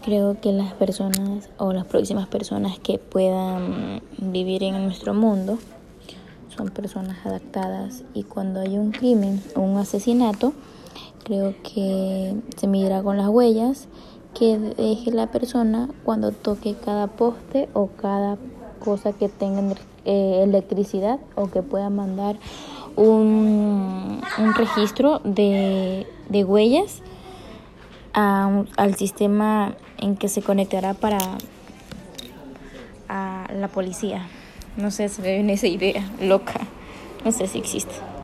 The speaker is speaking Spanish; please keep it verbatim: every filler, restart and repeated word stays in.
Creo que las personas o las próximas personas que puedan vivir en nuestro mundo son personas adaptadas, y cuando hay un crimen o un asesinato, creo que se medirá con las huellas que deje la persona cuando toque cada poste o cada cosa que tenga eh, electricidad, o que pueda mandar un, un registro de, de huellas a un, al sistema en que se conectará para a la policía. No sé, se me viene esa idea loca, no sé si existe.